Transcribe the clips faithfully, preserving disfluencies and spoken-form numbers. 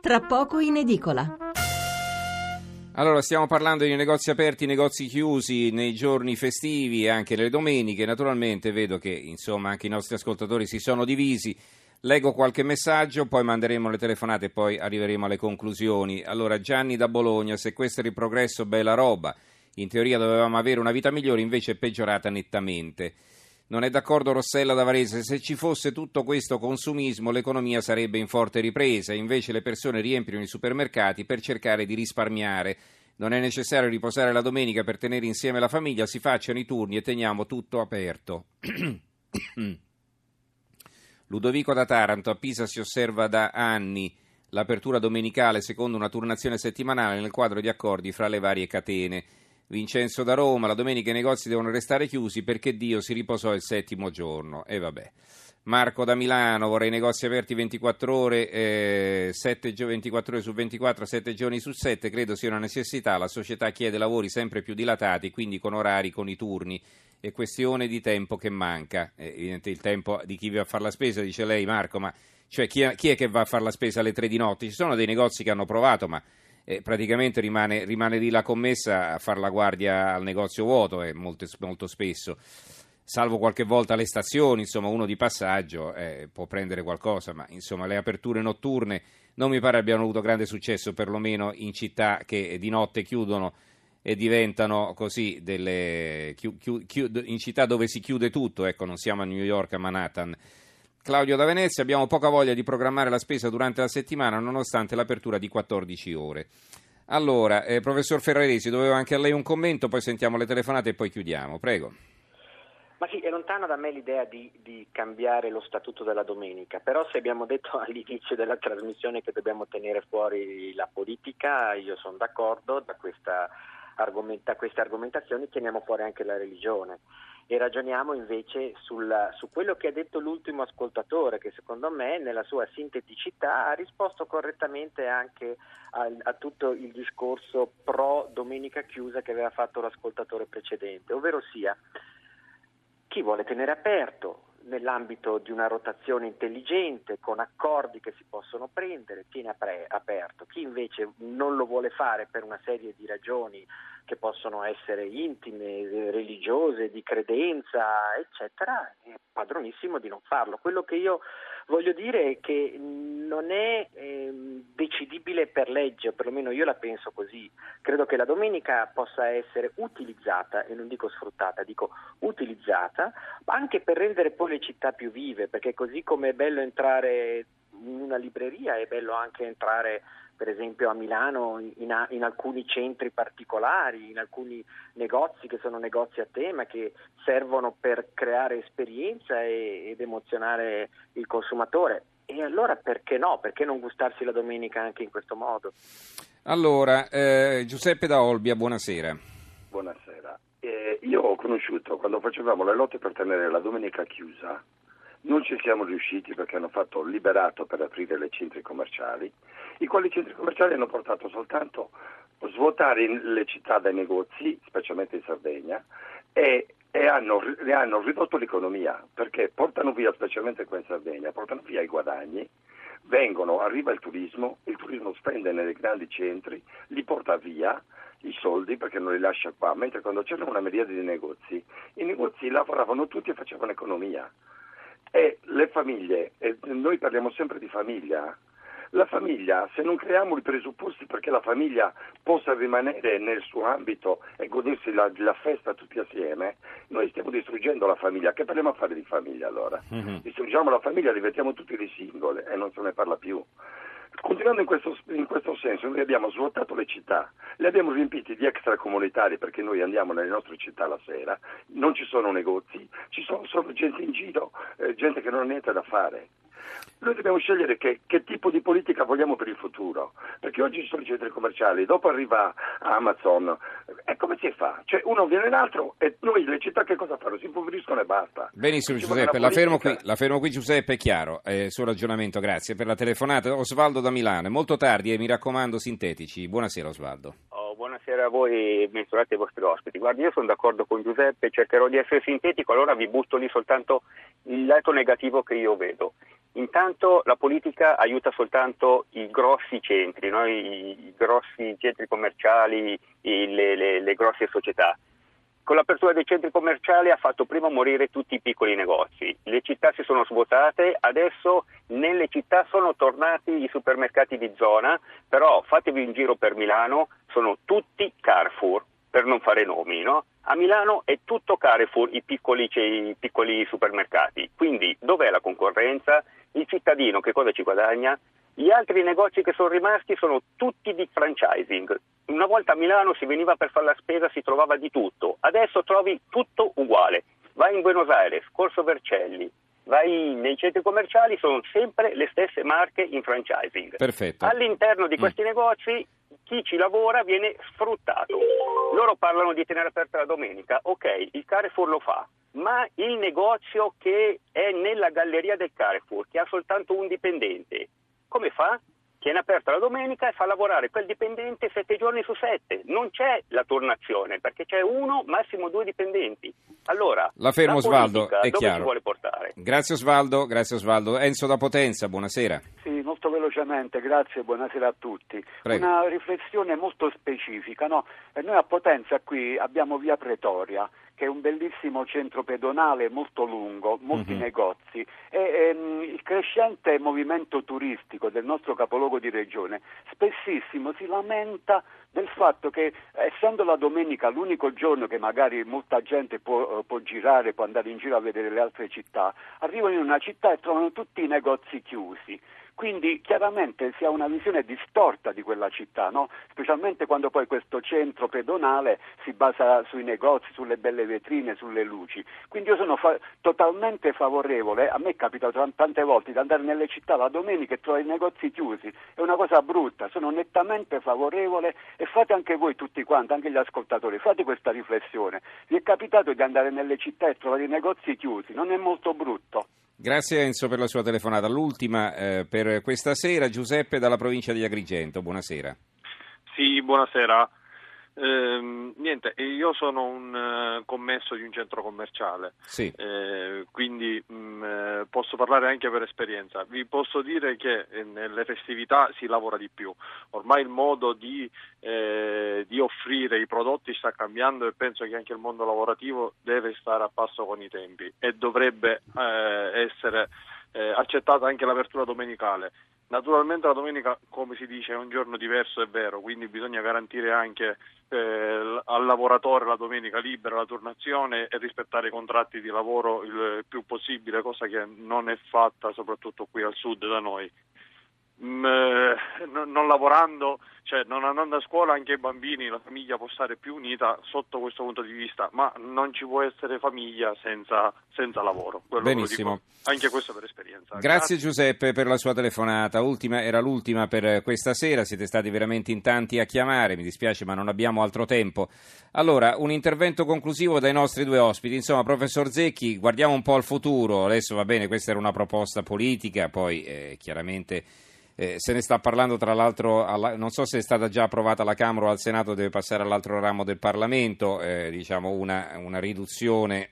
tra poco in edicola. Allora, stiamo parlando di negozi aperti, negozi chiusi nei giorni festivi e anche le domeniche. Naturalmente vedo che insomma anche i nostri ascoltatori si sono divisi. Leggo qualche messaggio, poi manderemo le telefonate e poi arriveremo alle conclusioni. Allora, Gianni da Bologna: se questo era il progresso, bella roba. In teoria dovevamo avere una vita migliore, invece è peggiorata nettamente. Non è d'accordo Rossella da Varese: se ci fosse tutto questo consumismo l'economia sarebbe in forte ripresa, invece le persone riempiono i supermercati per cercare di risparmiare. Non è necessario riposare la domenica per tenere insieme la famiglia, si facciano i turni e teniamo tutto aperto. Ludovico da Taranto: a Pisa si osserva da anni l'apertura domenicale secondo una turnazione settimanale nel quadro di accordi fra le varie catene. Vincenzo da Roma: la domenica i negozi devono restare chiusi perché Dio si riposò il settimo giorno. E vabbè. Marco da Milano: vorrei negozi aperti ventiquattro ore, eh, sette, ventiquattro ore su ventiquattro, sette giorni su sette, credo sia una necessità, la società chiede lavori sempre più dilatati, quindi con orari, con i turni, è questione di tempo che manca. È evidente il tempo di chi va a fare la spesa, dice lei Marco, ma cioè chi è, chi è che va a fare la spesa alle tre di notte? Ci sono dei negozi che hanno provato, ma Eh, praticamente rimane, rimane lì la commessa a far la guardia al negozio vuoto, eh, molto, molto spesso, salvo qualche volta le stazioni, insomma uno di passaggio eh, può prendere qualcosa, ma insomma le aperture notturne non mi pare abbiano avuto grande successo, perlomeno in città che di notte chiudono e diventano così delle chi, chi, chi, in città dove si chiude tutto, ecco, non siamo a New York, a Manhattan. Claudio da Venezia: abbiamo poca voglia di programmare la spesa durante la settimana nonostante l'apertura di quattordici ore. Allora, eh, professor Ferraresi, dovevo anche a lei un commento, poi sentiamo le telefonate e poi chiudiamo, prego. Ma sì, è lontana da me l'idea di, di cambiare lo statuto della domenica, però se abbiamo detto all'inizio della trasmissione che dobbiamo tenere fuori la politica, io sono d'accordo, da questa argomenta, queste argomentazioni teniamo fuori anche la religione. E ragioniamo invece sul, su quello che ha detto l'ultimo ascoltatore, che secondo me nella sua sinteticità ha risposto correttamente anche a, a tutto il discorso pro domenica chiusa che aveva fatto l'ascoltatore precedente, ovvero sia chi vuole tenere aperto nell'ambito di una rotazione intelligente con accordi che si possono prendere, tiene apre- aperto. Chi invece non lo vuole fare per una serie di ragioni che possono essere intime, religiose, di credenza, eccetera, è padronissimo di non farlo. Quello che io voglio dire è che non è eh, decidibile per legge, o perlomeno io la penso così. Credo che la domenica possa essere utilizzata, e non dico sfruttata, dico utilizzata, anche per rendere poi le città più vive, perché così come è bello entrare in una libreria, è bello anche entrare per esempio a Milano in, a, in alcuni centri particolari, in alcuni negozi che sono negozi a tema, che servono per creare esperienza e, ed emozionare il consumatore. E allora perché no? Perché non gustarsi la domenica anche in questo modo? Allora, eh, Giuseppe da Olbia, buonasera. Buonasera. Eh, io ho conosciuto, quando facevamo le lotte per tenere la domenica chiusa, non ci siamo riusciti perché hanno fatto liberato per aprire le centri commerciali, i quali centri commerciali hanno portato soltanto a svuotare le città dai negozi, specialmente in Sardegna, e, e hanno, e hanno ridotto l'economia, perché portano via, specialmente qua in Sardegna, portano via i guadagni, vengono, arriva il turismo, il turismo spende nei grandi centri, li porta via i soldi perché non li lascia qua, mentre quando c'era una miriade di negozi, i negozi lavoravano tutti e facevano economia. E le famiglie, e noi parliamo sempre di famiglia, la famiglia, se non creiamo i presupposti perché la famiglia possa rimanere nel suo ambito e godersi la, la festa tutti assieme, noi stiamo distruggendo la famiglia. Che parliamo a fare di famiglia allora? Mm-hmm. Distruggiamo la famiglia, diventiamo tutti dei singoli e non se ne parla più. Continuando in questo, in questo senso, noi abbiamo svuotato le città, le abbiamo riempite di extracomunitari perché noi andiamo nelle nostre città la sera, non ci sono negozi, ci sono solo gente in giro, eh, gente che non ha niente da fare. Noi dobbiamo scegliere che, che tipo di politica vogliamo per il futuro, perché oggi ci sono i centri commerciali, dopo arriva Amazon, e come si fa? Cioè uno viene l'altro e noi le città che cosa fanno? Si impoveriscono e basta. Benissimo Giuseppe, la fermo qui, la fermo qui Giuseppe, è chiaro eh, il suo ragionamento, grazie per la telefonata. Osvaldo da Milano, è molto tardi e mi raccomando sintetici. Buonasera Osvaldo. Oh, buonasera a voi, menzionate i vostri ospiti. Guardi, io sono d'accordo con Giuseppe, cercherò di essere sintetico, allora vi butto lì soltanto il lato negativo che io vedo. Intanto la politica aiuta soltanto i grossi centri, no? I, i grossi centri commerciali, i, le, le, le grosse società. Con l'apertura dei centri commerciali ha fatto prima morire tutti i piccoli negozi, le città si sono svuotate, adesso nelle città sono tornati i supermercati di zona, però fatevi un giro per Milano, sono tutti Carrefour, per non fare nomi, no? A Milano è tutto Carrefour, i piccoli, i piccoli supermercati, quindi dov'è la concorrenza? Il cittadino che cosa ci guadagna? Gli altri negozi che sono rimasti sono tutti di franchising. Una volta a Milano si veniva per fare la spesa, si trovava di tutto. Adesso trovi tutto uguale. Vai in Buenos Aires, Corso Vercelli, vai nei centri commerciali, sono sempre le stesse marche in franchising. Perfetto. All'interno di questi mm. negozi chi ci lavora viene sfruttato. Loro parlano di tenere aperta la domenica. Ok, il Carrefour lo fa. Ma il negozio che è nella galleria del Carrefour, che ha soltanto un dipendente, come fa? Tiene aperta la domenica e fa lavorare quel dipendente sette giorni su sette. Non c'è la turnazione, perché c'è uno, massimo due dipendenti. Allora, la fermo, la Osvaldo, è dove chiaro. ci vuole portare? Grazie Osvaldo, grazie Osvaldo. Enzo da Potenza, buonasera. Sì, molto velocemente, grazie, buonasera a tutti. Prego. Una riflessione molto specifica, no? Noi a Potenza qui abbiamo via Pretoria, che è un bellissimo centro pedonale molto lungo, molti mm-hmm. negozi e ehm, il crescente movimento turistico del nostro capoluogo di regione spessissimo si lamenta del fatto che, essendo la domenica l'unico giorno che magari molta gente può, può girare, può andare in giro a vedere le altre città, arrivano in una città e trovano tutti i negozi chiusi. Quindi chiaramente si ha una visione distorta di quella città, no? Specialmente quando poi questo centro pedonale si basa sui negozi, sulle belle vetrine, sulle luci. Quindi io sono fa- totalmente favorevole, a me è capitato tante volte di andare nelle città la domenica e trovare i negozi chiusi, è una cosa brutta, sono nettamente favorevole e fate anche voi tutti quanti, anche gli ascoltatori, fate questa riflessione. Vi è capitato di andare nelle città e trovare i negozi chiusi, non è molto brutto? Grazie Enzo per la sua telefonata. L'ultima eh, per questa sera, Giuseppe dalla provincia di Agrigento, buonasera. Sì, buonasera. Eh, niente, io sono un uh, commesso di un centro commerciale, sì. eh, quindi mh, eh, posso parlare anche per esperienza. Vi posso dire che eh, nelle festività si lavora di più, ormai il modo di, eh, di offrire i prodotti sta cambiando e penso che anche il mondo lavorativo deve stare a passo con i tempi e dovrebbe eh, essere eh, accettata anche l'apertura domenicale. Naturalmente la domenica, come si dice, è un giorno diverso, è vero, quindi bisogna garantire anche eh, al lavoratore la domenica libera, la turnazione e rispettare i contratti di lavoro il più possibile, cosa che non è fatta soprattutto qui al sud da noi. Mm, eh, non lavorando, cioè non andando a scuola, anche i bambini, la famiglia può stare più unita sotto questo punto di vista, ma non ci può essere famiglia senza, senza lavoro. Quello Benissimo. Lo dico, anche questo per esperienza. Grazie, Grazie Giuseppe per la sua telefonata. Ultima, era l'ultima per questa sera, siete stati veramente in tanti a chiamare, mi dispiace ma non abbiamo altro tempo. Allora, un intervento conclusivo dai nostri due ospiti. Insomma, professor Zecchi, guardiamo un po' al futuro. Adesso va bene, questa era una proposta politica, poi eh, chiaramente... Eh, se ne sta parlando, tra l'altro, alla, non so se è stata già approvata alla Camera o al Senato, deve passare all'altro ramo del Parlamento, eh, diciamo una, una riduzione,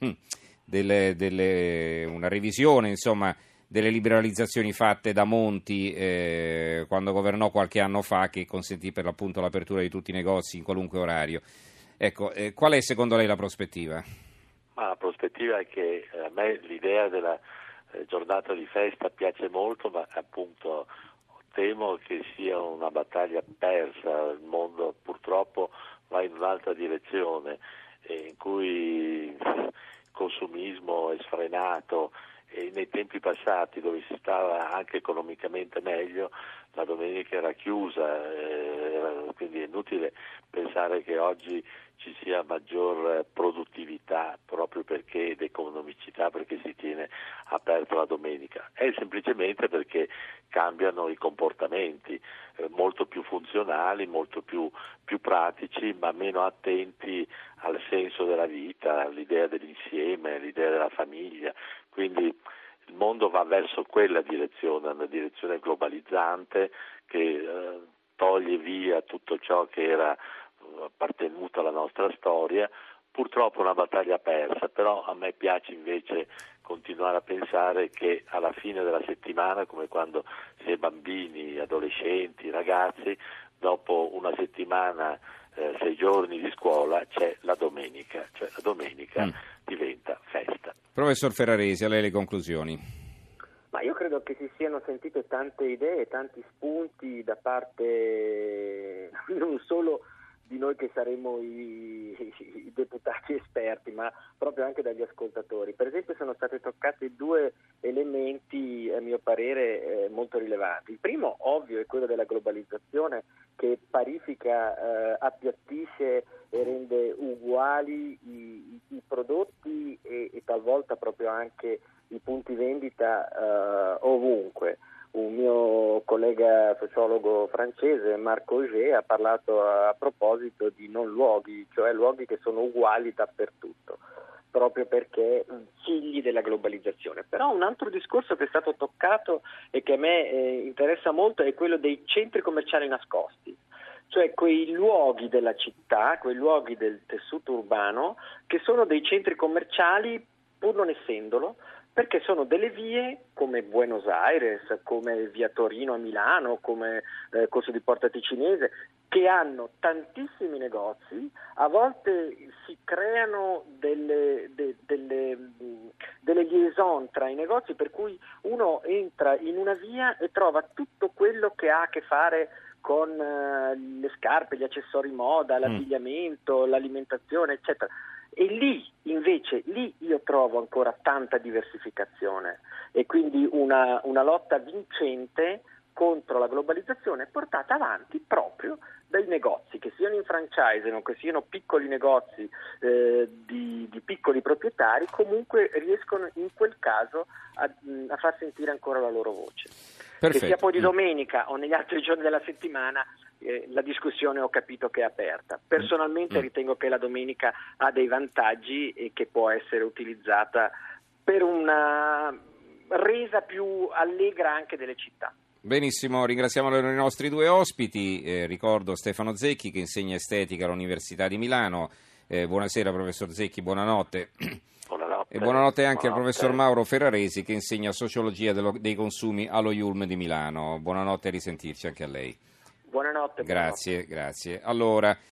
delle, delle, una revisione insomma delle liberalizzazioni fatte da Monti eh, quando governò qualche anno fa, che consentì per l'appunto l'apertura di tutti i negozi in qualunque orario. Ecco, eh, qual è secondo lei la prospettiva? Ma la prospettiva è che a me l'idea della giornata di festa piace molto, ma appunto temo che sia una battaglia persa. Il mondo purtroppo va in un'altra direzione, in cui il consumismo è sfrenato, e nei tempi passati, dove si stava anche economicamente meglio, la domenica era chiusa, eh, quindi è inutile pensare che oggi ci sia maggior produttività proprio perché ed economicità perché si tiene aperto la domenica. È semplicemente perché cambiano i comportamenti, eh, molto più funzionali, molto più, più pratici, ma meno attenti al senso della vita, all'idea dell'insieme, all'idea della famiglia. Quindi il mondo va verso quella direzione, una direzione globalizzante che eh, toglie via tutto ciò che era appartenuto alla nostra storia. Purtroppo una battaglia persa, però a me piace invece continuare a pensare che alla fine della settimana, come quando si è bambini, adolescenti, ragazzi, dopo una settimana, eh, sei giorni di scuola, c'è la domenica, cioè la domenica mm. diventa festa. Professor Ferraresi, a lei le conclusioni. Ma io credo che si siano sentite tante idee, tanti spunti da parte non solo di noi che saremo i, i deputati esperti, ma proprio anche dagli ascoltatori. Per esempio sono stati toccati due elementi, a mio parere, eh, molto rilevanti. Il primo, ovvio, è quello della globalizzazione, che parifica, eh, appiattisce e rende uguali i, i, i prodotti e, e talvolta proprio anche i punti vendita eh, ovunque. Un mio collega sociologo francese, Marc Auger, ha parlato a, a proposito di non luoghi, cioè luoghi che sono uguali dappertutto, proprio perché figli della globalizzazione. Però un altro discorso che è stato toccato e che a me eh, interessa molto è quello dei centri commerciali nascosti, cioè quei luoghi della città, quei luoghi del tessuto urbano che sono dei centri commerciali pur non essendolo, perché sono delle vie come Buenos Aires, come via Torino a Milano, come eh, Corso di Porta Ticinese, che hanno tantissimi negozi, a volte si creano delle, de, delle, delle liaison tra i negozi, per cui uno entra in una via e trova tutto quello che ha a che fare con uh, le scarpe, gli accessori moda, l'abbigliamento, l'alimentazione, eccetera. E lì invece, lì io trovo ancora tanta diversificazione e quindi una, una lotta vincente contro la globalizzazione portata avanti proprio dai negozi, che siano in franchising o che siano piccoli negozi eh, di, di piccoli proprietari, comunque riescono in quel caso a, a far sentire ancora la loro voce. Perfetto. Che sia poi di domenica o negli altri giorni della settimana, eh, la discussione ho capito che è aperta. Personalmente mm. ritengo che la domenica ha dei vantaggi e che può essere utilizzata per una resa più allegra anche delle città. Benissimo, ringraziamo i nostri due ospiti, eh, ricordo Stefano Zecchi che insegna estetica all'Università di Milano. Eh, buonasera professor Zecchi, buonanotte. Buonanotte. E buonanotte anche buonanotte. al professor Mauro Ferraresi che insegna sociologia dello, dei consumi allo I U L M di Milano. Buonanotte e risentirci anche a lei. Buonanotte. Grazie, buonanotte. grazie. Allora,